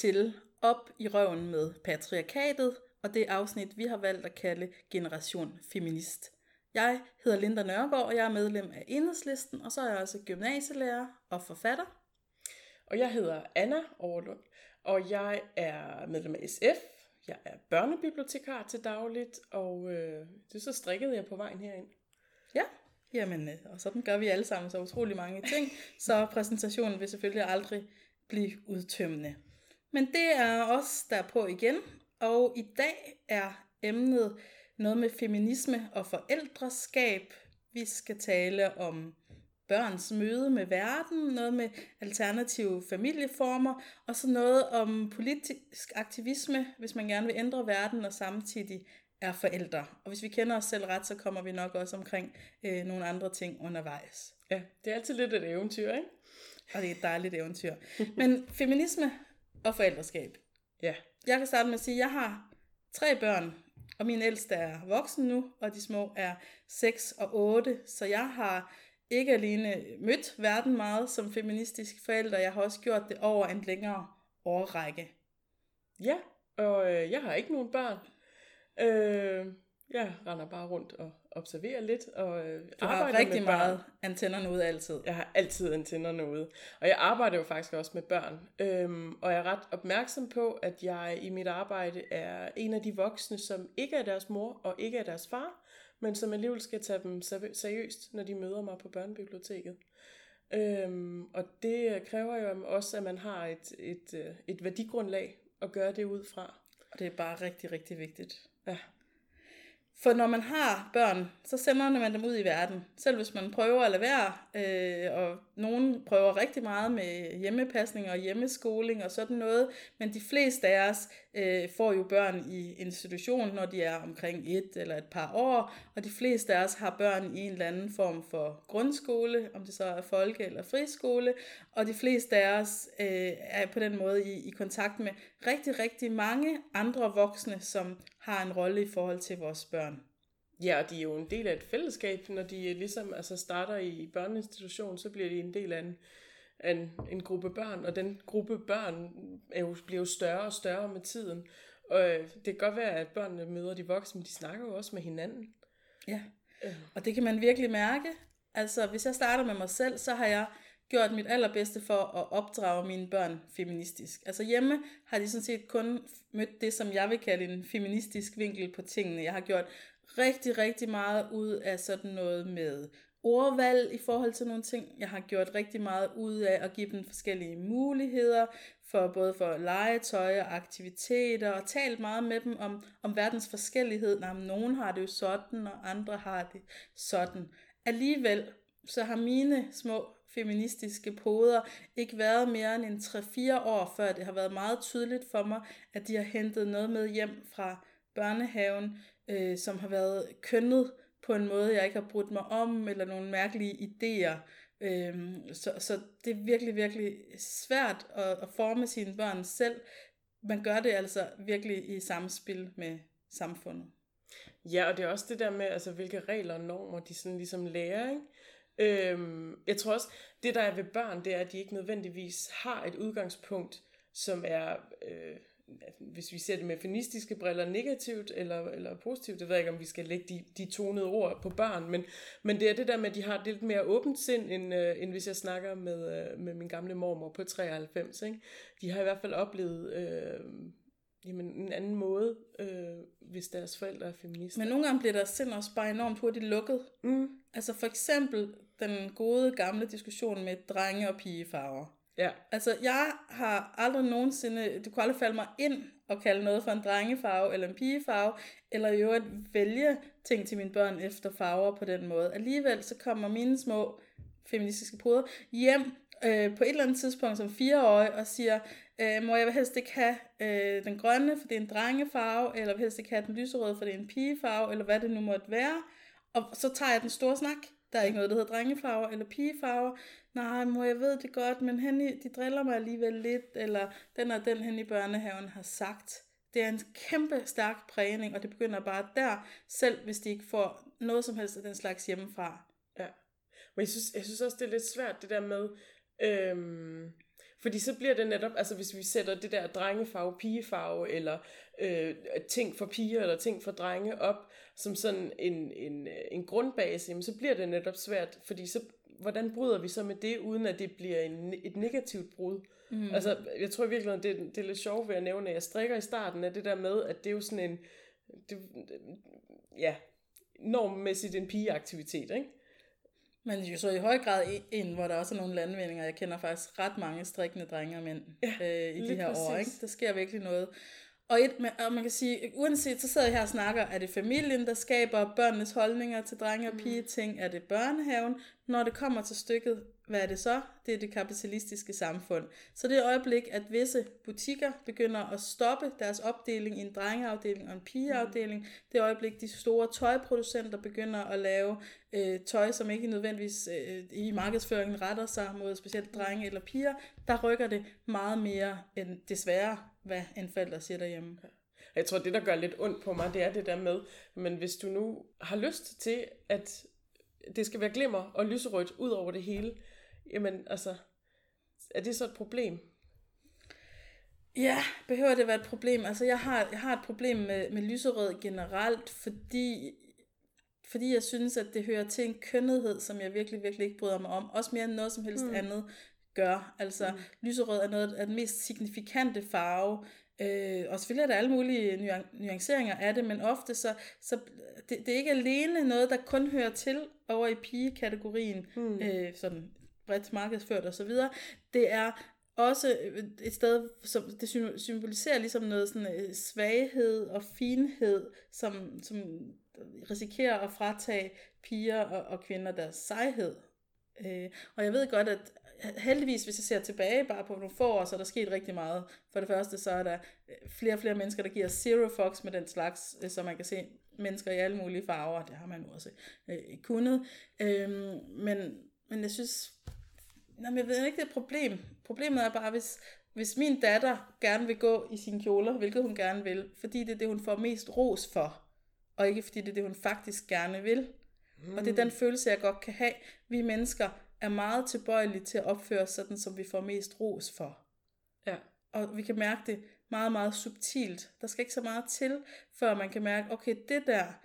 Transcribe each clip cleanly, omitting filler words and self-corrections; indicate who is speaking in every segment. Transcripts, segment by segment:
Speaker 1: til Op i røven med patriarkatet, og det afsnit, vi har valgt at kalde Generation Feminist. Jeg hedder Linda Nørgaard, og jeg er medlem af Enhedslisten, og så er jeg også gymnasielærer og forfatter.
Speaker 2: Og jeg hedder Anna Overlund, og jeg er medlem af SF. Jeg er børnebibliotekar til dagligt, og det så strikkede jeg på vejen herind.
Speaker 1: Ja, jamen, og sådan gør vi alle sammen så utrolig mange ting, så præsentationen vil selvfølgelig aldrig blive udtømmende. Men det er os, der er på igen, og i dag er emnet noget med feminisme og forældreskab. Vi skal tale om børns møde med verden, noget med alternative familieformer, og så noget om politisk aktivisme, hvis man gerne vil ændre verden og samtidig er forældre. Og hvis vi kender os selv ret, så kommer vi nok også omkring nogle andre ting undervejs.
Speaker 2: Ja, det er altid lidt et eventyr, ikke?
Speaker 1: Og det er et dejligt eventyr. Men feminisme og forældreskab.
Speaker 2: Ja.
Speaker 1: Jeg kan starte med at sige, at jeg har 3 børn, og min ældste er voksen nu, og de små er 6 og 8, så jeg har ikke alene mødt verden meget som feministisk forælder, jeg har også gjort det over en længere årrække.
Speaker 2: Ja, og jeg har ikke nogen børn. Jeg render bare rundt og observerer lidt. Og
Speaker 1: du har rigtig meget antennerne ude altid.
Speaker 2: Jeg har altid antennerne ude. Og jeg arbejder jo faktisk også med børn. Og jeg er ret opmærksom på, at jeg i mit arbejde er en af de voksne, som ikke er deres mor og ikke er deres far, men som alligevel skal tage dem seriøst, når de møder mig på børnebiblioteket. Og det kræver jo også, at man har et værdigrundlag at gøre det ud fra.
Speaker 1: Og det er bare rigtig, rigtig vigtigt.
Speaker 2: Ja.
Speaker 1: For når man har børn, så sender man dem ud i verden. Selv hvis man prøver at lade være, og nogen prøver rigtig meget med hjemmepasning og hjemmeskoling og sådan noget, men de fleste af os får jo børn i institution, når de er omkring 1 eller et par år, og de fleste af os har børn i en eller anden form for grundskole, om det så er folke- eller friskole, og de fleste af os er på den måde i kontakt med rigtig, rigtig mange andre voksne, som har en rolle i forhold til vores børn.
Speaker 2: Ja, og de er jo en del af et fællesskab, når de ligesom starter i børneinstitution, så bliver de en del af en gruppe børn, og den gruppe børn bliver jo større og større med tiden. Og det kan godt være, at børnene møder de voksne, men de snakker jo også med hinanden.
Speaker 1: Ja, og det kan man virkelig mærke. Altså, hvis jeg starter med mig selv, så har jeg gjort mit allerbedste for at opdrage mine børn feministisk. Altså hjemme har de sådan set kun mødt det, som jeg vil kalde en feministisk vinkel på tingene. Jeg har gjort rigtig, rigtig meget ud af sådan noget med ordvalg i forhold til nogle ting. Jeg har gjort rigtig meget ud af at give dem forskellige muligheder, både for legetøj og aktiviteter, og talt meget med dem om verdens forskellighed. Nogen har det jo sådan, og andre har det sådan. Alligevel så har mine små feministiske poder ikke været mere end 3-4 år, før det har været meget tydeligt for mig, at de har hentet noget med hjem fra børnehaven, som har været kønnet på en måde, jeg ikke har brudt mig om, eller nogle mærkelige idéer. Så det er virkelig, virkelig svært at forme sine børn selv. Man gør det altså virkelig i samspil med samfundet.
Speaker 2: Ja, og det er også det der med, hvilke regler og normer de sådan ligesom lærer, ikke? Jeg tror også, det der er ved børn, det er, at de ikke nødvendigvis har et udgangspunkt, som er, hvis vi ser det med feministiske briller, negativt eller positivt. Det ved jeg ikke, om vi skal lægge de tonede ord på børn, men det er det der med, at de har et lidt mere åbent sind, end hvis jeg snakker med min gamle mormor på 93. Ikke? De har i hvert fald oplevet en anden måde, hvis deres forældre er feminister.
Speaker 1: Men nogle gange bliver deres sind også bare enormt hurtigt lukket. Altså for eksempel den gode gamle diskussion med drenge- og pigefarver.
Speaker 2: Ja.
Speaker 1: Altså jeg har aldrig nogensinde, det kunne aldrig falde mig ind at kalde noget for en drengefarve eller en pigefarve, eller i øvrigt vælge ting til mine børn efter farver på den måde. Alligevel så kommer mine små feministiske poder hjem på et eller andet tidspunkt som 4-årig og siger, må jeg helst ikke have den grønne, for det er en drengefarve, eller vil helst ikke have den lyserøde, for det er en pigefarve, eller hvad det nu måtte være. Og så tager jeg den store snak. Der er ikke noget, der hedder drengefarver eller pigefarver. Nej, mor, jeg ved det godt, men de driller mig alligevel lidt, eller den og den hen i børnehaven har sagt. Det er en kæmpe stærk prægning, og det begynder bare der, selv hvis de ikke får noget som helst af den slags hjemmefra.
Speaker 2: Ja, men jeg synes også, det er lidt svært, det der med, Fordi så bliver det netop, altså hvis vi sætter det der drengefarve, pigefarve, eller ting for piger, eller ting for drenge op, som sådan en grundbase, jamen, så bliver det netop svært, fordi så, hvordan bryder vi så med det, uden at det bliver et negativt brud? Altså, jeg tror i virkeligheden, det er lidt sjovt ved at nævne, at jeg strikker i starten af det der med, at det er jo sådan en, normmæssigt en pigeaktivitet, ikke?
Speaker 1: Men jo så i høj grad en, hvor der også er nogle landvindinger. Jeg kender faktisk ret mange strikkende drenge og mænd i de her år, ikke? Der sker virkelig noget. Og man kan sige, uanset, så sidder jeg her og snakker, er det familien, der skaber børnenes holdninger til drenge- og pigeting? Er det børnehaven? Når det kommer til stykket, hvad er det så? Det er det kapitalistiske samfund. Så det øjeblik, at visse butikker begynder at stoppe deres opdeling i en drengeafdeling og en pigeafdeling, det øjeblik, de store tøjproducenter begynder at lave tøj, som ikke nødvendigvis i markedsføringen retter sig mod specielt drenge eller piger, der rykker det meget mere end desværre, hvad en forælder siger derhjemme.
Speaker 2: Jeg tror, det der gør lidt ondt på mig, det er det der med, men hvis du nu har lyst til, at det skal være glimmer og lyserødt ud over det hele, jamen altså, er det så et problem?
Speaker 1: Ja, behøver det være et problem? Altså, jeg har et problem med lyserød generelt, fordi jeg synes, at det hører til en kønnethed, som jeg virkelig, virkelig ikke bryder mig om. Også mere end noget som helst andet gør. Altså, lyserød er noget af den mest signifikante farve. Og selvfølgelig er der alle mulige nuanceringer af det, men ofte så det er ikke alene noget, der kun hører til over i pigekategorien, sådan bredt markedsført og så videre. Det er også et sted, som det symboliserer ligesom noget sådan svaghed og finhed, som risikerer at fratage piger og kvinder deres sejhed. Og jeg ved godt, at heldigvis, hvis jeg ser tilbage bare på nogle få år, så er der sket rigtig meget. For det første, så er der flere og flere mennesker, der giver zero fucks med den slags, så man kan se mennesker i alle mulige farver. Det har man jo også kunnet. Men jeg synes, jeg ved ikke, det er et problem. Problemet er bare, hvis min datter gerne vil gå i sine kjoler, hvilket hun gerne vil, fordi det er det, hun får mest ros for, og ikke fordi det er det, hun faktisk gerne vil. Og det er den følelse, jeg godt kan have. Vi mennesker er meget tilbøjelige til at opføre os sådan, som vi får mest ros for.
Speaker 2: Ja.
Speaker 1: Og vi kan mærke det meget, meget subtilt. Der skal ikke så meget til, før man kan mærke, okay, det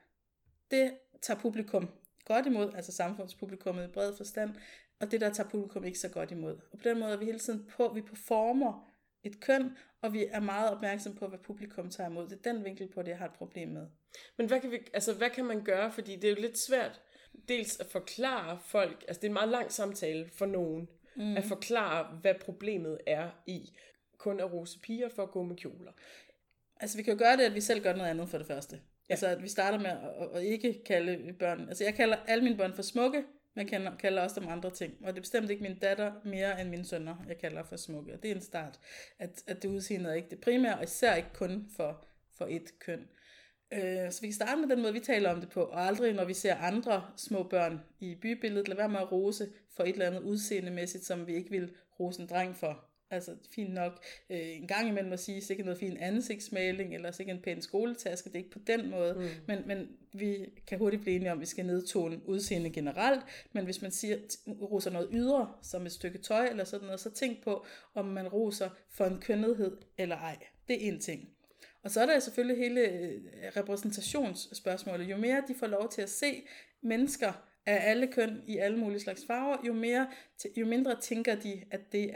Speaker 1: tager publikum godt imod, altså samfundspublikummet i bred forstand, og det der tager publikum ikke så godt imod. Og på den måde er vi hele tiden vi performer et køn, og vi er meget opmærksom på, hvad publikum tager imod. Det er den vinkel på det, jeg har et problem med.
Speaker 2: Men hvad kan man gøre? Fordi det er jo lidt svært dels at forklare folk, altså det er en meget lang samtale for nogen, at forklare, hvad problemet er i kun at rose piger for at gå med kjoler.
Speaker 1: Altså vi kan jo gøre det, at vi selv gør noget andet for det første. Ja. Altså at vi starter med at ikke kalde børn, altså jeg kalder alle mine børn for smukke, men jeg kalder også dem andre ting. Og det er bestemt ikke min datter mere end mine sønner, jeg kalder for smukke. Og det er en start, at det udseende er ikke det primære, og især ikke kun for et køn. Så vi kan starte med den måde, vi taler om det på, og aldrig, når vi ser andre små børn i bybilledet, lad være med at rose for et eller andet udseendemæssigt, som vi ikke vil rose en dreng for. Altså fint nok en gang imellem at sige, sikkert noget fin ansigtsmaling, eller sikkert en pæn skoletaske, det er ikke på den måde, men vi kan hurtigt blive enige om, at vi skal nedtone udseende generelt, men hvis man roser noget ydre, som et stykke tøj eller sådan noget, så tænk på, om man roser for en kønnethed eller ej. Det er en ting. Og så er der selvfølgelig hele repræsentationsspørgsmålet. Jo mere de får lov til at se mennesker af alle køn i alle mulige slags farver, jo mindre tænker de, at det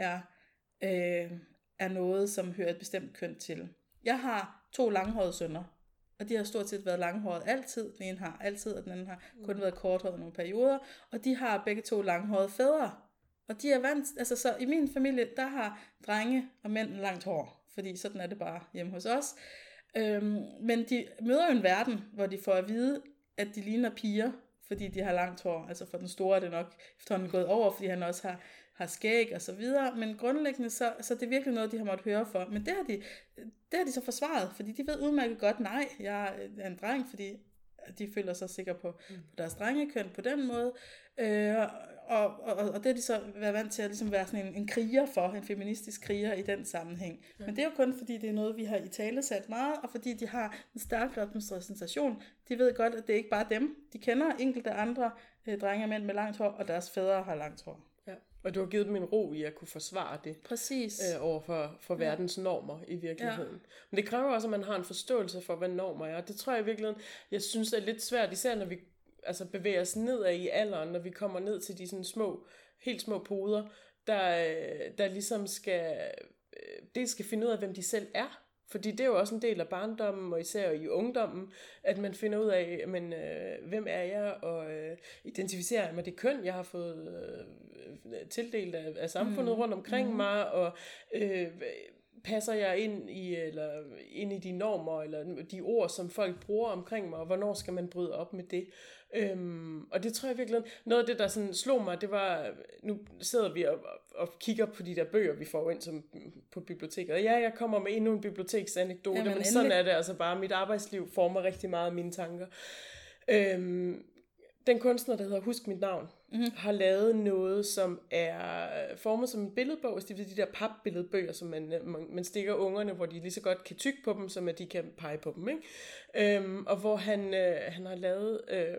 Speaker 1: er noget, som hører et bestemt køn til. Jeg har 2 langhårede sønner, og de har stort set været langhåret altid. Den ene har altid, og den anden har kun været korthåret i nogle perioder. Og de har begge 2 langhårede fædre. Og de er vant, altså så i min familie, der har drenge og mænd langt hår, fordi sådan er det bare hjemme hos os. Men de møder jo en verden, hvor de får at vide, at de ligner piger, fordi de har langt hår. Altså for den store er det nok efterhånden gået over, fordi han også har skæg og så videre. Men grundlæggende, så det er virkelig noget, de har måttet høre for. Men det har de så forsvaret, fordi de ved udmærket godt, nej, jeg er en dreng, fordi de føler sig sikre på deres drengekøn på den måde. Og det er de så været vant til at ligesom være sådan en kriger for, en feministisk kriger i den sammenhæng. Ja. Men det er jo kun fordi, det er noget, vi har italesat meget, og fordi de har en stærk repræsentation. De ved godt, at det er ikke bare dem. De kender enkelte andre drenge og mænd med langt hår, og deres fædre har langt hår.
Speaker 2: Ja. Og du har givet dem en ro i at kunne forsvare det.
Speaker 1: Præcis.
Speaker 2: Over for verdens normer i virkeligheden. Ja. Men det kræver også, at man har en forståelse for, hvad normer er. Det tror jeg i virkeligheden, jeg synes er lidt svært, især når vi bevæger os nedad i alderen, når vi kommer ned til de sådan helt små poder, der ligesom skal finde ud af, hvem de selv er. Fordi det er jo også en del af barndommen, og især i ungdommen, at man finder ud af, hvem er jeg, og identificerer jeg med det køn, jeg har fået tildelt af samfundet rundt omkring mig, og passer jeg ind i de normer, eller de ord, som folk bruger omkring mig, og hvornår skal man bryde op med det. Og det tror jeg virkelig, noget af det, der sådan slog mig, det var, nu sidder vi og kigger på de der bøger, vi får ind på biblioteket. Og ja, jeg kommer med endnu en biblioteksanekdote, men sådan er det altså bare. Mit arbejdsliv former rigtig meget af mine tanker. Den kunstner, der hedder Husk Mit Navn, har lavet noget, som er formet som en billedbog. Det er de der papbilledbøger, som man stikker ungerne, hvor de lige så godt kan tygge på dem, som at de kan pege på dem. Ikke? Og hvor han har lavet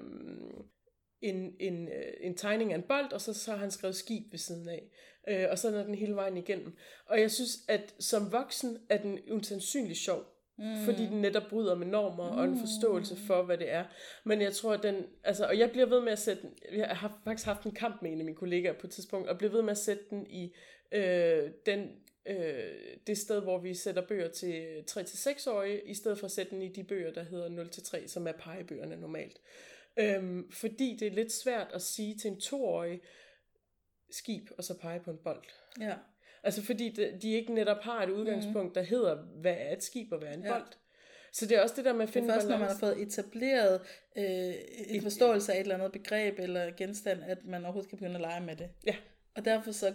Speaker 2: en tegning af en bold, og så har han skrevet skib ved siden af. Og så er den hele vejen igennem. Og jeg synes, at som voksen er den usandsynligt sjov. Fordi den netop bryder med normer og en forståelse for, hvad det er. Men jeg tror, at og jeg bliver ved med at sætte den, jeg har faktisk haft en kamp med en af mine kollegaer på et tidspunkt, og bliver ved med at sætte den i det sted, hvor vi sætter bøger til 3-6-årige, i stedet for at sætte den i de bøger, der hedder 0-3, som er pegebøgerne normalt. Fordi det er lidt svært at sige til en 2-årig skib, og så pege på en bold.
Speaker 1: Ja. Altså
Speaker 2: fordi de ikke netop har et udgangspunkt, der hedder, hvad er et skib og hvad er en bold. Så det er også det der med at finde
Speaker 1: balance. Det er først, når man har fået etableret en forståelse af et eller andet begreb eller genstand, at man overhovedet kan begynde at lege med det. Ja. Og derfor så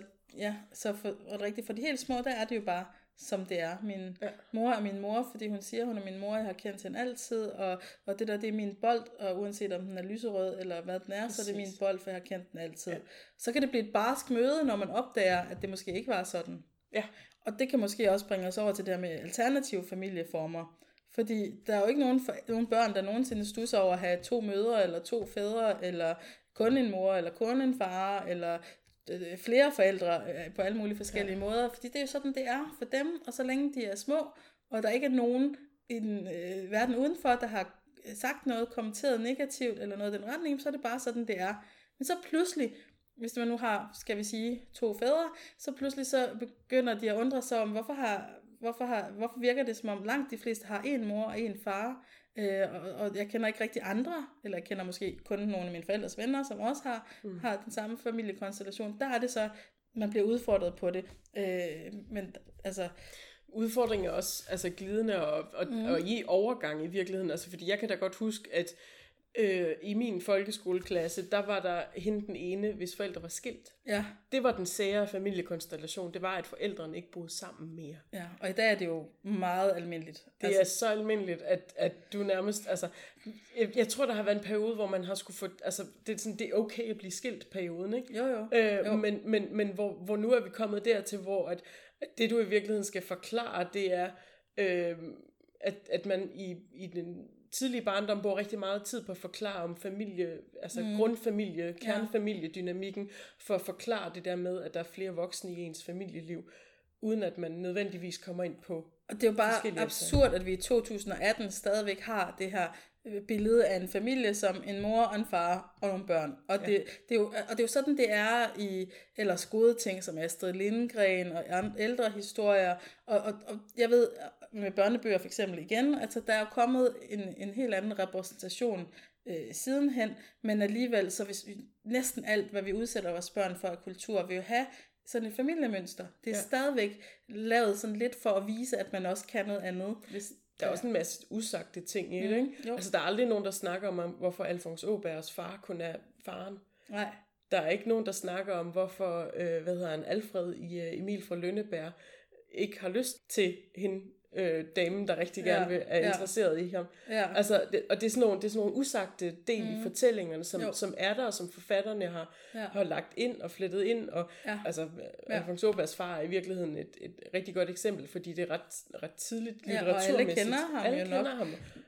Speaker 1: rigtigt for de helt små, der er det jo bare, som det er. Min mor er min mor, fordi hun siger, hun er min mor, jeg har kendt hende altid, og det er min bold, og uanset om den er lyserød, eller hvad den er, så er det min bold, for jeg har kendt den altid. Ja. Så kan det blive et barsk møde, når man opdager, at det måske ikke var sådan. Ja. Og det kan måske også bringe os over til det her med alternative familieformer. Fordi der er jo ikke nogen børn, der nogensinde stusser over at have 2 mødre, eller 2 fædre, eller kun en mor, eller kun en far, eller flere forældre på alle mulige forskellige måder, fordi det er jo sådan, det er for dem, og så længe de er små, og der ikke er nogen i den verden udenfor, der har sagt noget, kommenteret negativt, eller noget i den retning, så er det bare sådan, det er. Men så pludselig, hvis man nu har, skal vi sige, 2 fædre, så pludselig så begynder de at undre sig om, hvorfor virker det som om langt de fleste har en mor og en far, og jeg kender ikke rigtig andre, eller jeg kender måske kun nogle af mine forældres venner, som også har den samme familiekonstellation. Der er det så, man bliver udfordret på det. Men altså,
Speaker 2: udfordringen er også glidende og i overgang i virkeligheden. Altså, fordi jeg kan da godt huske, at i min folkeskoleklasse, der var der hende den ene, hvis forældre var skilt. Ja. Det var den sære familiekonstellation. Det var, at forældrene ikke boede sammen mere.
Speaker 1: Ja, og i dag er det jo meget almindeligt.
Speaker 2: Det er så almindeligt, at du nærmest, jeg tror, der har været en periode, hvor man har skulle få, det er okay at blive skilt perioden, ikke? Jo. Men hvor nu er vi kommet dertil, hvor at det du i virkeligheden skal forklare, det er, at man i den tidlige barndom bruger rigtig meget tid på at forklare om familie, grundfamilie, kernefamiliedynamikken, for at forklare det der med, at der er flere voksne i ens familieliv, uden at man nødvendigvis kommer ind på.
Speaker 1: Og det er jo bare absurd, at vi i 2018 stadigvæk har det her billede af en familie som en mor og en far og nogle børn. Og det er jo sådan, det er i ellers gode ting som Astrid Lindgren og ældre historier. Og jeg ved, med børnebøger for eksempel igen, der er jo kommet en helt anden repræsentation sidenhen, men alligevel, så hvis næsten alt, hvad vi udsætter vores børn for af kultur, vil jo have sådan et familiemønster. Det er stadigvæk lavet sådan lidt for at vise, at man også kan noget andet.
Speaker 2: Der er også en masse usagte ting i det, ikke? Der er aldrig nogen, der snakker om, hvorfor Alfons Åbergs far kun er faren. Nej. Der er ikke nogen, der snakker om, hvorfor, Alfred i Emil fra Lønneberg ikke har lyst til hende, damen, der rigtig gerne er interesseret i ham. Ja. Og det er sådan nogle usagte del i fortællingerne, som er der, og som forfatterne har lagt ind og flettet ind. Og Alfons Åbergs far er i virkeligheden et rigtig godt eksempel, fordi det er ret tidligt litteraturmæssigt.
Speaker 1: Og alle kender ham.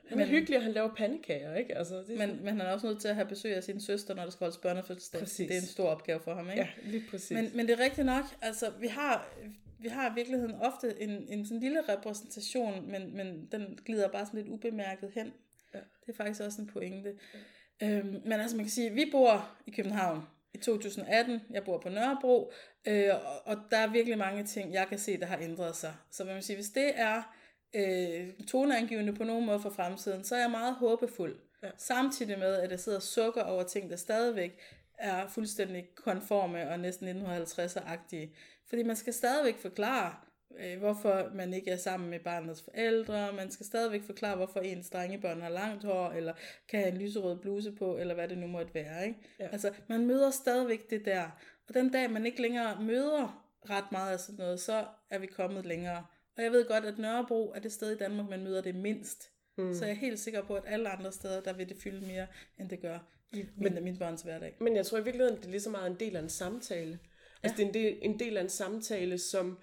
Speaker 2: Han er hyggelig, og han laver pandekager, ikke? Altså, det er
Speaker 1: men han er også nødt til at have besøg af sin søster, når der skal holdes børnefødselsdag.
Speaker 2: Præcis.
Speaker 1: Det er en stor opgave for ham, ikke?
Speaker 2: Ja, lige præcis.
Speaker 1: Men det er rigtigt nok, altså vi har i virkeligheden ofte en sådan lille repræsentation, men den glider bare sådan lidt ubemærket hen.
Speaker 2: Ja.
Speaker 1: Det er faktisk også en pointe. Ja. Men altså man kan sige, vi bor i København i 2018, jeg bor på Nørrebro, og der er virkelig mange ting, jeg kan se, der har ændret sig. Så man kan sige, hvis det er toneangivende på nogen måde for fremtiden, så er jeg meget håbefuld. Ja. Samtidig med, at jeg sidder og sukker over ting, der stadigvæk er fuldstændig konforme og næsten 1950'er-agtige. Fordi man skal stadigvæk forklare, hvorfor man ikke er sammen med barnets forældre. Man skal stadigvæk forklare, hvorfor ens drengebørn har langt hår, eller kan have en lyserød bluse på, eller hvad det nu måtte være. Ikke? Ja. Altså, man møder stadigvæk det der. Og den dag, man ikke længere møder ret meget af sådan noget, så er vi kommet længere. Og jeg ved godt, at Nørrebro er det sted i Danmark, man møder det mindst. Så jeg er helt sikker på, at alle andre steder, der vil det fylde mere, end det gør i min børns hverdag.
Speaker 2: Men jeg tror i virkeligheden, det er lige så meget en del af en samtale. Ja. Altså det er en del af en samtale, som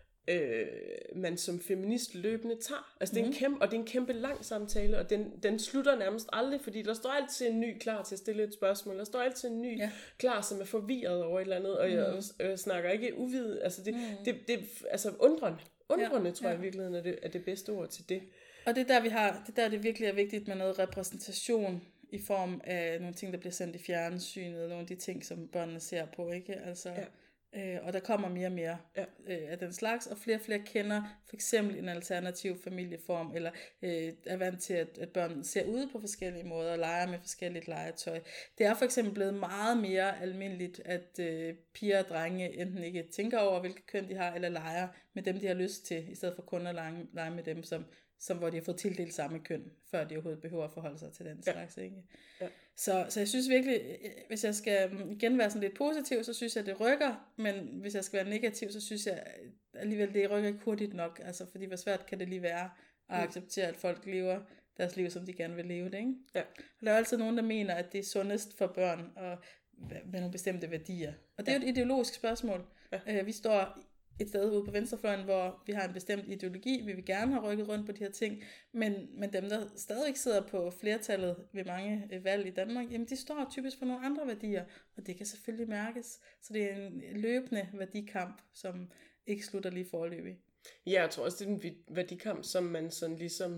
Speaker 2: man som feminist løbende tager. Altså det er en kæmpe lang samtale, og den slutter nærmest aldrig, fordi der står altid en ny klar til at stille et spørgsmål. Der står altid en ny klar, som er forvirret over et eller andet, og jeg snakker ikke uvidet. Altså det altså undrende tror jeg i virkeligheden er det bedste ord til det.
Speaker 1: Og det er der det virkelig er vigtigt med noget repræsentation i form af nogle ting, der bliver sendt i fjernsynet, nogle af de ting, som børnene ser på, ikke? Altså, og der kommer mere og mere af den slags, og flere kender for eksempel en alternativ familieform, eller er vant til, at børn ser ud på forskellige måder, og leger med forskelligt legetøj. Det er for eksempel blevet meget mere almindeligt, at piger og drenge enten ikke tænker over, hvilket køn de har, eller leger med dem, de har lyst til, i stedet for kun at lege med dem, som hvor de har fået tildelt samme køn, før de overhovedet behøver at forholde sig til den slags. Ikke? Ja. Så jeg synes virkelig, hvis jeg skal igen være sådan lidt positiv, så synes jeg, det rykker, men hvis jeg skal være negativ, så synes jeg alligevel, det rykker ikke hurtigt nok, altså fordi hvor svært kan det lige være at acceptere, at folk lever deres liv, som de gerne vil leve det. Ikke? Ja. Og der er altid nogen, der mener, at det er sundest for børn og med nogle bestemte værdier. Og det er jo et ideologisk spørgsmål. Ja. Vi står et sted ude på venstrefløjen, hvor vi har en bestemt ideologi, vi vil gerne have rykket rundt på de her ting, men dem, der stadig sidder på flertallet ved mange valg i Danmark, jamen de står typisk for nogle andre værdier, og det kan selvfølgelig mærkes. Så det er en løbende værdikamp, som ikke slutter lige foreløbig.
Speaker 2: Ja, jeg tror også, det er en værdikamp, som man sådan ligesom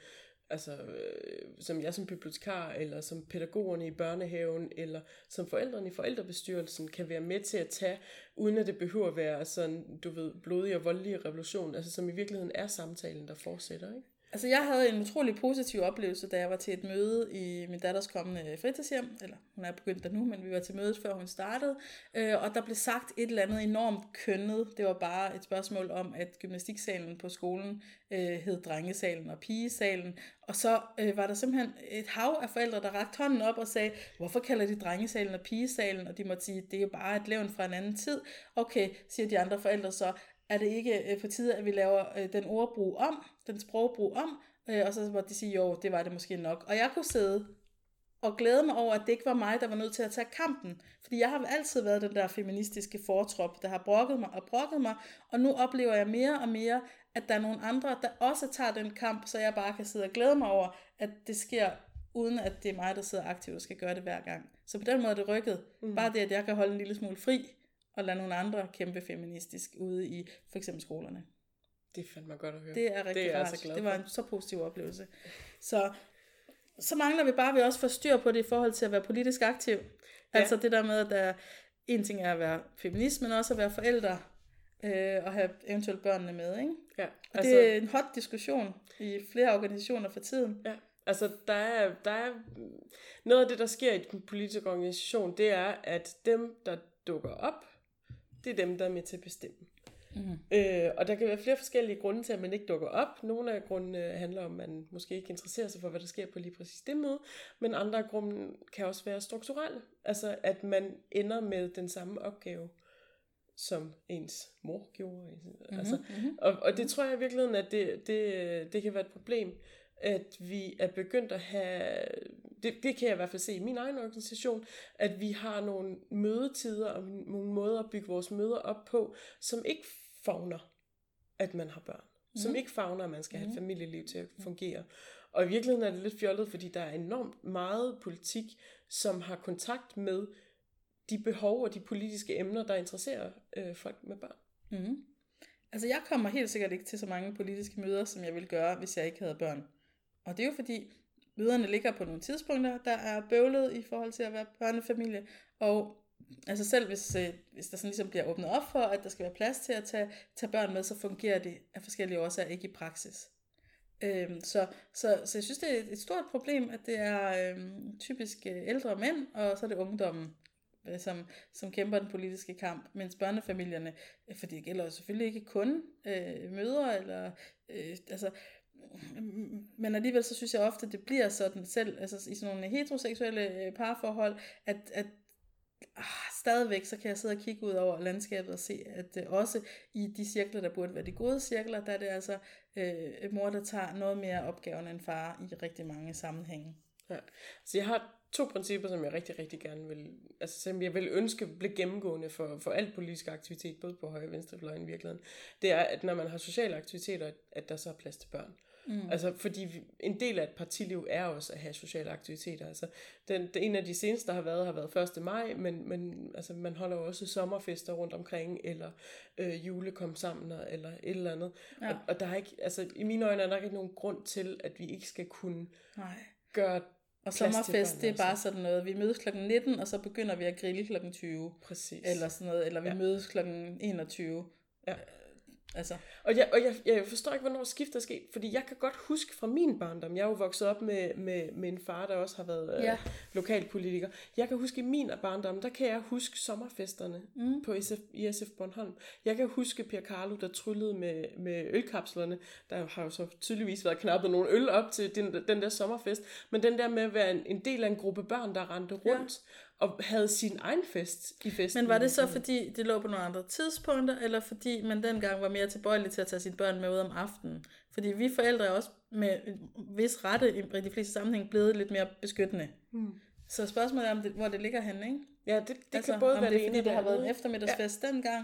Speaker 2: som jeg som bibliotekar, eller som pædagogerne i børnehaven, eller som forældrene i forældrebestyrelsen, kan være med til at tage, uden at det behøver at være sådan, du ved, blodig og voldelig revolution, altså som i virkeligheden er samtalen, der fortsætter, ikke?
Speaker 1: Altså jeg havde en utrolig positiv oplevelse, da jeg var til et møde i min datters kommende fritidshjem, eller hun er begyndt der nu, men vi var til mødet før hun startede, og der blev sagt et eller andet enormt kønnet. Det var bare et spørgsmål om, at gymnastiksalen på skolen hed drengesalen og pigesalen, og så var der simpelthen et hav af forældre, der rakte hånden op og sagde, hvorfor kalder de drengesalen og pigesalen, og de måtte sige, det er jo bare et levn fra en anden tid. Okay, siger de andre forældre så, er det ikke på tide, at vi laver den ordbrug om, den sprogbrug om, og så måtte de sige, jo, det var det måske nok. Og jeg kunne sidde og glæde mig over, at det ikke var mig, der var nødt til at tage kampen. Fordi jeg har altid været den der feministiske fortrop, der har brokket mig, og nu oplever jeg mere og mere, at der er nogle andre, der også tager den kamp, så jeg bare kan sidde og glæde mig over, at det sker, uden at det er mig, der sidder aktivt og skal gøre det hver gang. Så på den måde er det rykket. Bare det, at jeg kan holde en lille smule fri, og lade nogle andre kæmpe feministisk ude i for eksempel skolerne.
Speaker 2: Det fandt mig godt at høre.
Speaker 1: Det er rigtig rart. Det var en så positiv oplevelse. Så mangler vi bare, at vi også får styr på det i forhold til at være politisk aktiv. Ja. Altså det der med, at der en ting er at være feminist, men også at være forældre og have eventuelt børnene med. Ikke? Ja, altså, det er en hot diskussion i flere organisationer for tiden. Ja.
Speaker 2: Altså, der er noget af det, der sker i den politiske organisation, det er, at dem, der dukker op, det er dem, der er med til at bestemme. Og der kan være flere forskellige grunde til, at man ikke dukker op. Nogle af grundene handler om, at man måske ikke interesserer sig for, hvad der sker på lige præcis det møde, men andre af grunde kan også være strukturelle. Altså, at man ender med den samme opgave, som ens mor gjorde. Altså, og det tror jeg i virkeligheden, at det kan være et problem, at vi er begyndt at have, det kan jeg i hvert fald se i min egen organisation, at vi har nogle mødetider og nogle måder at bygge vores møder op på, som ikke favner, at man har børn. som ikke favner, at man skal have et familieliv til at fungere. Og i virkeligheden er det lidt fjollet, fordi der er enormt meget politik, som har kontakt med de behov og de politiske emner, der interesserer folk med børn.
Speaker 1: Mm. Altså jeg kommer helt sikkert ikke til så mange politiske møder, som jeg ville gøre, hvis jeg ikke havde børn. Og det er jo fordi, møderne ligger på nogle tidspunkter, der er bøvlet i forhold til at være børnefamilie. Og altså selv hvis der sådan ligesom bliver åbnet op for, at der skal være plads til at tage børn med, så fungerer det af forskellige årsager ikke i praksis. Så jeg synes, det er et stort problem, at det er typisk ældre mænd, og så er det ungdommen, som kæmper den politiske kamp, mens børnefamilierne, for det gælder jo selvfølgelig ikke kun mødre, eller men alligevel så synes jeg ofte, det bliver sådan selv, altså i sådan nogle heteroseksuelle parforhold, at stadigvæk så kan jeg sidde og kigge ud over landskabet og se, at også i de cirkler, der burde være de gode cirkler, der er det altså mor, der tager noget mere opgaven end far i rigtig mange sammenhænge.
Speaker 2: Ja. Så jeg har 2 principper, som jeg rigtig, rigtig gerne vil, altså som jeg vil ønske blev gennemgående for al politisk aktivitet, både på højre og venstrefløjen i virkeligheden. Det er, at når man har sociale aktiviteter, at der så er plads til børn. Altså, fordi en del af et partiliv er også at have sociale aktiviteter. Altså, en af de seneste, der har været 1. maj, men altså, man holder jo også sommerfester rundt omkring, eller julekom sammen, eller et eller andet. Ja. Og der er ikke, altså, i mine øjne er der ikke nogen grund til, at vi ikke skal kunne gøre.
Speaker 1: Og sommerfest, det er bare sådan noget, vi mødes kl. 19, og så begynder vi at grille kl. 20.
Speaker 2: Præcis.
Speaker 1: Eller sådan noget, eller vi mødes kl. 21. Ja. Altså.
Speaker 2: Og jeg forstår ikke, hvornår skiftet er sket, fordi jeg kan godt huske fra min barndom, jeg er jo vokset op med en far, der også har været lokalpolitiker. Jeg kan huske i min barndom, der kan jeg huske sommerfesterne på i SF Bornholm. Jeg kan huske Per Carlo, der tryllede med ølkapslerne. Der har jo så tydeligvis været knappet nogle øl op til den der sommerfest. Men den der med at være en del af en gruppe børn, der rendte rundt, og havde sin egen fest i festen.
Speaker 1: Men var det så, fordi det lå på nogle andre tidspunkter, eller fordi man dengang var mere tilbøjelig til at tage sine børn med ud om aftenen? Fordi vi forældre er også med vis rette i de fleste sammenhæng blevet lidt mere beskyttende. Så spørgsmålet er, hvor det ligger henne, ikke?
Speaker 2: Ja, det altså, kan både være det ene,
Speaker 1: fordi det har været en eftermiddagsfest dengang,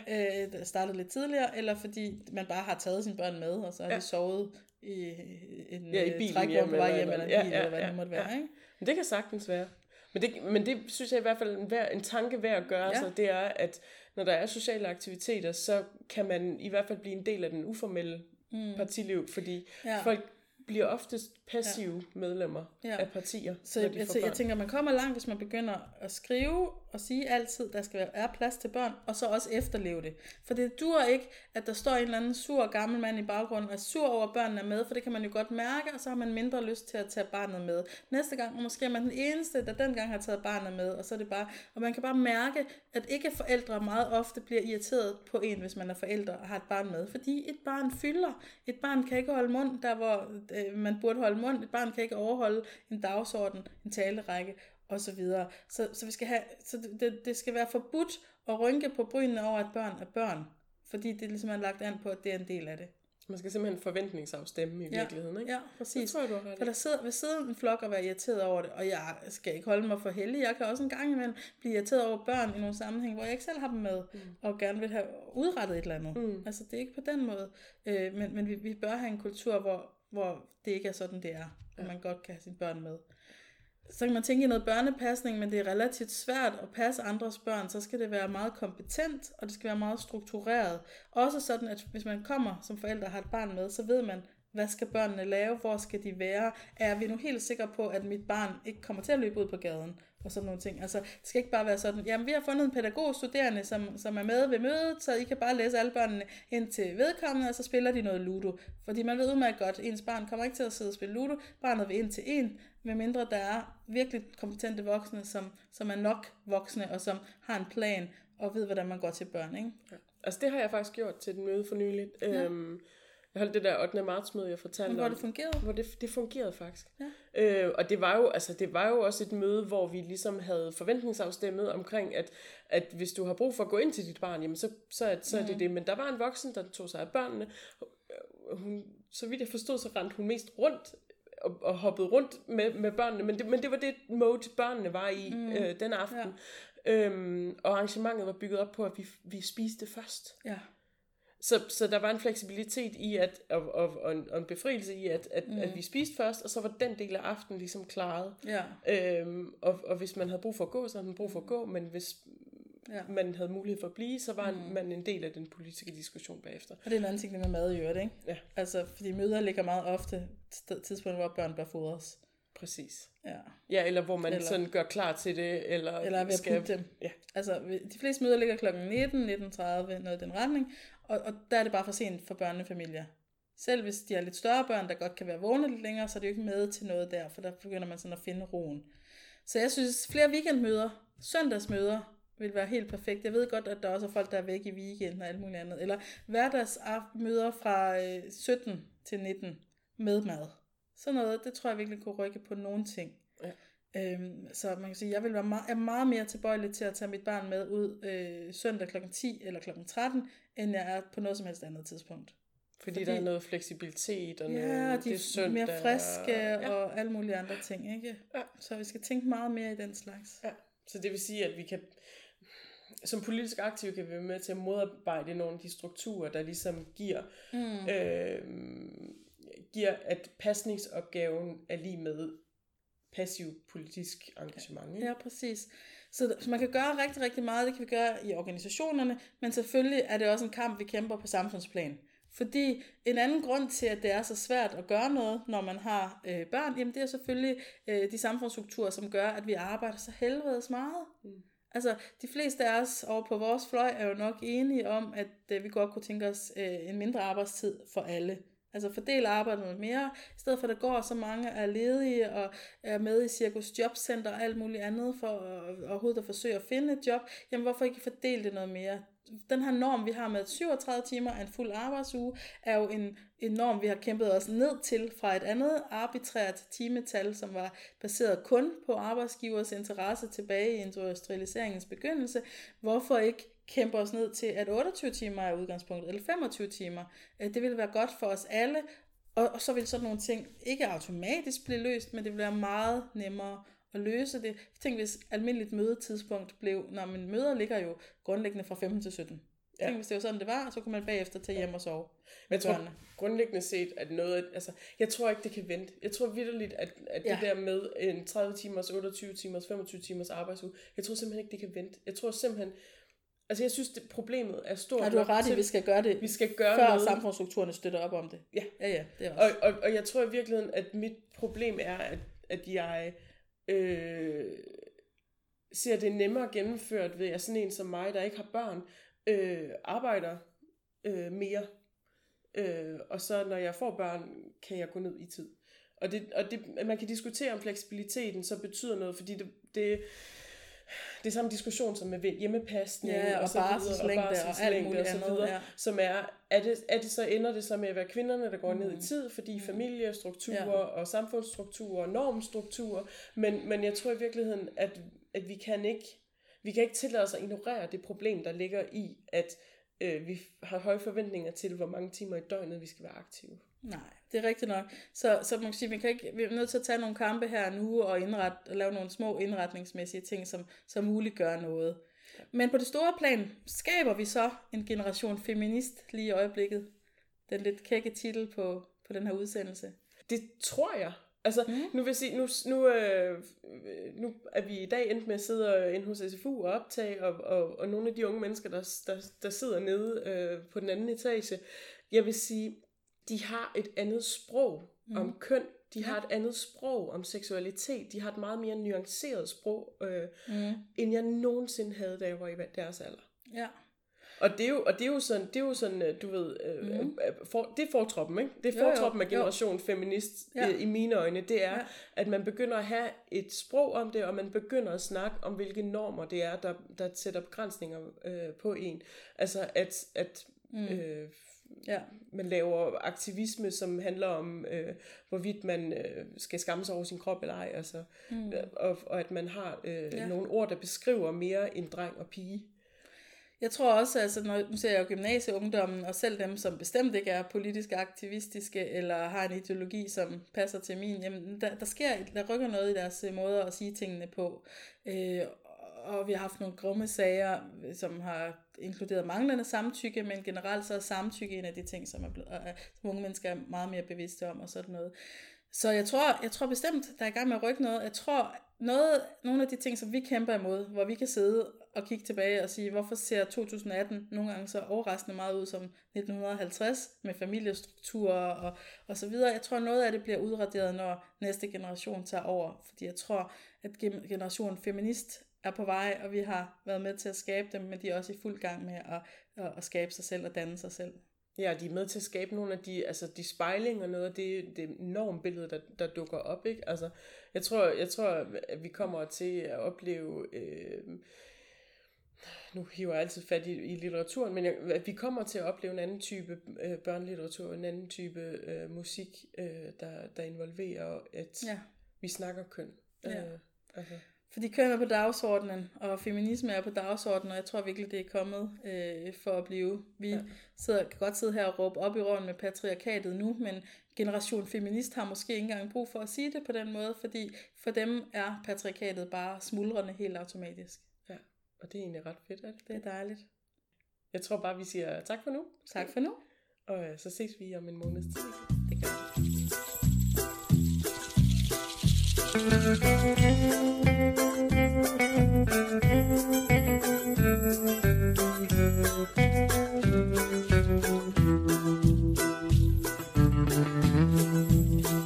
Speaker 1: der startede lidt tidligere, eller fordi man bare har taget sine børn med, og så har de sovet i en trækvogn på vej hjem, eller en bil, eller hvad det måtte være, ikke?
Speaker 2: Men det kan sagtens være. Men det synes jeg i hvert fald en tanke værd at gøre sig, det er, at når der er sociale aktiviteter, så kan man i hvert fald blive en del af den uformelle partiliv, fordi folk bliver oftest passive medlemmer af partier.
Speaker 1: Så jeg tænker, man kommer langt, hvis man begynder at skrive og sige altid, der skal være plads til børn, og så også efterleve det. For det duer ikke, at der står en eller anden sur gammel mand i baggrunden, og er sur over, at børnene er med, for det kan man jo godt mærke, og så har man mindre lyst til at tage barnet med. Næste gang, måske er man den eneste, der dengang har taget barnet med, og så er det bare, og man kan bare mærke, at ikke forældre meget ofte bliver irriteret på en, hvis man er forældre og har et barn med, fordi et barn fylder. Et barn kan ikke holde mund, der hvor man burde holde mund. Et barn kan ikke overholde en dagsorden, en talerække og så videre. Så vi skal have, det skal være forbudt at rynke på brynene over, at børn er børn, fordi det ligesom er lagt an på, at det er en del af det.
Speaker 2: Man skal simpelthen forventningsafstemme i virkeligheden, ikke?
Speaker 1: Ja, præcis.
Speaker 2: Det tror jeg, du har ret i.
Speaker 1: For der vil sidde en flok og være irriteret over det, og jeg skal ikke holde mig for heldig. Jeg kan også en gang imellem blive irriteret over børn i nogle sammenhæng, hvor jeg ikke selv har dem med, og gerne vil have udrettet et eller andet. Altså, det er ikke på den måde. Men vi bør have en kultur, hvor det ikke er sådan, det er, at man godt kan have sine børn med. Så kan man tænke i noget børnepasning, men det er relativt svært at passe andres børn, så skal det være meget kompetent, og det skal være meget struktureret. Også sådan, at hvis man kommer som forælder og har et barn med, så ved man, hvad skal børnene lave, hvor skal de være, er vi nu helt sikre på, at mit barn ikke kommer til at løbe ud på gaden, og sådan nogle ting. Altså, det skal ikke bare være sådan, jamen vi har fundet en pædagogstuderende, som er med ved mødet, så I kan bare læse alle børnene ind til vedkommende, og så spiller de noget Ludo. Fordi man ved udmærket godt, at ens barn kommer ikke til at sidde og spille Ludo, barnet vil ind til en, medmindre der er virkelig kompetente voksne, som er nok voksne, og som har en plan, og ved, hvordan man går til børn, ikke?
Speaker 2: Ja. Altså det har jeg faktisk gjort til et møde for nyligt. Ja. Jeg holdt det der 8. marts møde, jeg fortalte om.
Speaker 1: Hvor det fungerede?
Speaker 2: Hvor det fungerede faktisk.
Speaker 1: Ja.
Speaker 2: Og det var jo også et møde, hvor vi ligesom havde forventningsafstemmet omkring, at hvis du har brug for at gå ind til dit barn, jamen så er det det. Men der var en voksen, der tog sig af børnene. Hun, så vidt jeg forstod, så rendte hun mest rundt og hoppede rundt med børnene. Men det var det mode, børnene var i den aften. Og arrangementet var bygget op på, at vi spiste først.
Speaker 1: Ja.
Speaker 2: Så der var en fleksibilitet i, og en befrielse i, at vi spiste først, og så var den del af aftenen ligesom klaret.
Speaker 1: Ja.
Speaker 2: Og hvis man havde brug for at gå, så havde man brug for at gå, men hvis man havde mulighed for at blive, så var man en del af den politiske diskussion bagefter.
Speaker 1: Og det er en anden ting med mad i øvrigt, ikke?
Speaker 2: Ja.
Speaker 1: Altså, fordi møder ligger meget ofte tidspunkt, hvor børn bør fodres.
Speaker 2: Præcis.
Speaker 1: Ja.
Speaker 2: Ja, eller hvor man sådan gør klar til det,
Speaker 1: eller ved at putte dem.
Speaker 2: Ja.
Speaker 1: Altså, de fleste møder ligger klokken 19, 19.30, noget i den retning, og der er det bare for sent for børnefamilier. Selv hvis de har lidt større børn, der godt kan være vågne lidt længere, så er det jo ikke med til noget der, for der begynder man sådan at finde roen. Så jeg synes, flere weekendmøder, søndagsmøder, vil være helt perfekt. Jeg ved godt, at der også er folk, der er væk i weekenden og alt muligt andet. Eller hverdagsmøder fra 17 til 19 med mad. Sådan noget, det tror jeg virkelig kunne rykke på nogle ting. Ja. Så man kan sige, jeg vil være er meget mere tilbøjelig til at tage mit barn med ud søndag kl. 10 eller kl. 13, end jeg er på noget som helst andet tidspunkt.
Speaker 2: Fordi der er noget fleksibilitet og noget,
Speaker 1: de
Speaker 2: det er søndag,
Speaker 1: mere friske og alle mulige andre ting, ikke?
Speaker 2: Ja.
Speaker 1: Så vi skal tænke meget mere i den slags.
Speaker 2: Ja. Så det vil sige, at vi kan, som politisk aktive, kan vi være med til at modarbejde nogle af de strukturer, der ligesom giver, at pasningsopgaven er lige med passiv politisk engagement. Ikke?
Speaker 1: Ja, præcis. Så man kan gøre rigtig, rigtig meget, det kan vi gøre i organisationerne, men selvfølgelig er det også en kamp, vi kæmper på samfundsplan. Fordi en anden grund til, at det er så svært at gøre noget, når man har børn, jamen det er selvfølgelig de samfundsstrukturer, som gør, at vi arbejder så helvedes meget. Altså, de fleste af os over på vores fløj er jo nok enige om, at vi godt kunne tænke os en mindre arbejdstid for alle. Altså fordele arbejdet noget mere, i stedet for at der går så mange er ledige og er med i Cirkus Jobcenter og alt muligt andet for overhovedet at forsøge at finde et job. Jamen hvorfor ikke fordele det noget mere? Den her norm, vi har med 37 timer af en fuld arbejdsuge, er jo en norm, vi har kæmpet os ned til fra et andet arbitrært timetal, som var baseret kun på arbejdsgivers interesse tilbage i industrialiseringens begyndelse. Hvorfor ikke kæmpe os ned til, at 28 timer er udgangspunktet, eller 25 timer? Det ville være godt for os alle, og så vil sådan nogle ting ikke automatisk blive løst, men det vil være meget nemmere at løse det. Tænk, hvis almindeligt mødetidspunkt blev, når man møder ligger jo grundlæggende fra 15 til 17. Tænk, hvis det var sådan, det var, så kunne man bagefter tage hjem og sove.
Speaker 2: Jeg tror grundlæggende set, at noget, altså, jeg tror ikke, det kan vente. Jeg tror vitterligt, at det der med en 30 timers, 28 timers, 25 timers arbejdsuge, jeg tror simpelthen ikke, det kan vente. Jeg tror simpelthen, altså jeg synes, det problemet er stort.
Speaker 1: Ja, du har ret i, vi skal gøre det, før noget. Samfundsstrukturerne støtter op om det.
Speaker 2: Ja,
Speaker 1: det er også.
Speaker 2: Og jeg tror i virkeligheden, at mit problem er, at jeg ser det nemmere gennemført ved, at sådan en som mig, der ikke har børn, arbejder mere. Og så når jeg får børn, kan jeg gå ned i tid. Og det man kan diskutere om fleksibiliteten, så betyder noget, fordi det er samme diskussion som med hjemmepasning
Speaker 1: og barselslængde og alt muligt andet,
Speaker 2: som det så ender det så med at være kvinderne, der går ned i tid, fordi familiestrukturer og samfundsstrukturer og normstrukturer, men jeg tror i virkeligheden, at vi kan ikke tillade os at ignorere det problem, der ligger i, at vi har høje forventninger til, hvor mange timer i døgnet vi skal være aktive.
Speaker 1: Nej, det er rigtigt nok. Så man kan sige, vi er nødt til at tage nogle kampe her nu og lave nogle små indretningsmæssige ting, som muligt gør noget. Men på det store plan skaber vi så en generation feminist lige i øjeblikket. Den lidt kække titel på den her udsendelse.
Speaker 2: Det tror jeg. Altså, nu vil jeg sige, nu er vi i dag endt med at sidde inde hos SFU og optage, og nogle af de unge mennesker, der sidder nede på den anden etage, jeg vil sige, de har et andet sprog om køn, de har et andet sprog om seksualitet, de har et meget mere nuanceret sprog, end jeg nogensinde havde, da jeg var i deres alder.
Speaker 1: Ja.
Speaker 2: Og det er jo sådan, du ved, det er fortroppen, ikke? Det er fortroppen af generation feminist i mine øjne. Det er, at man begynder at have et sprog om det, og man begynder at snakke om, hvilke normer det er, der sætter begrænsninger på en. Altså, at man laver aktivisme, som handler om, hvorvidt man skal skamme sig over sin krop eller ej. Altså, og at man har nogle ord, der beskriver mere end dreng og pige.
Speaker 1: Jeg tror også, altså nu ser jeg jo gymnasieungdommen, og selv dem, som bestemt ikke er politisk aktivistiske, eller har en ideologi, som passer til min, jamen der rykker noget i deres måder at sige tingene på. og vi har haft nogle grumme sager, som har inkluderet manglende samtykke, men generelt så er samtykke en af de ting, som unge mennesker er meget mere bevidste om og sådan noget. Så jeg tror bestemt, der er i gang med at rykke noget. Jeg tror, nogle af de ting, som vi kæmper imod, hvor vi kan sidde og kigge tilbage og sige, hvorfor ser 2018 nogle gange så overraskende meget ud som 1950 med familiestrukturer og så videre. Jeg tror, noget af det bliver udraderet, når næste generation tager over, fordi jeg tror, at generationen feminist er på vej, og vi har været med til at skabe dem, men de er også i fuld gang med at skabe sig selv og danne sig selv.
Speaker 2: Ja, de er med til at skabe nogle af de spejlinger, noget af det normbillede, der dukker op, ikke? Altså, jeg tror, at vi kommer til at opleve, nu hiver jeg altid fat i litteraturen, men at vi kommer til at opleve en anden type børnelitteratur, en anden type musik, der involverer, at vi snakker køn.
Speaker 1: Ja. Fordi køn er på dagsordenen, og feminisme er på dagsordenen, og jeg tror virkelig, det er kommet for at blive. Vi kan godt sidde her og råbe op i røven med patriarkatet nu, men generation feminist har måske ikke engang brug for at sige det på den måde, fordi for dem er patriarkatet bare smuldrende helt automatisk.
Speaker 2: Ja, og det er egentlig ret fedt, at
Speaker 1: det er dejligt. Jeg
Speaker 2: tror bare, vi siger tak for nu.
Speaker 1: Tak for nu.
Speaker 2: Og så ses vi om en måneds tid.
Speaker 1: Det gør vi.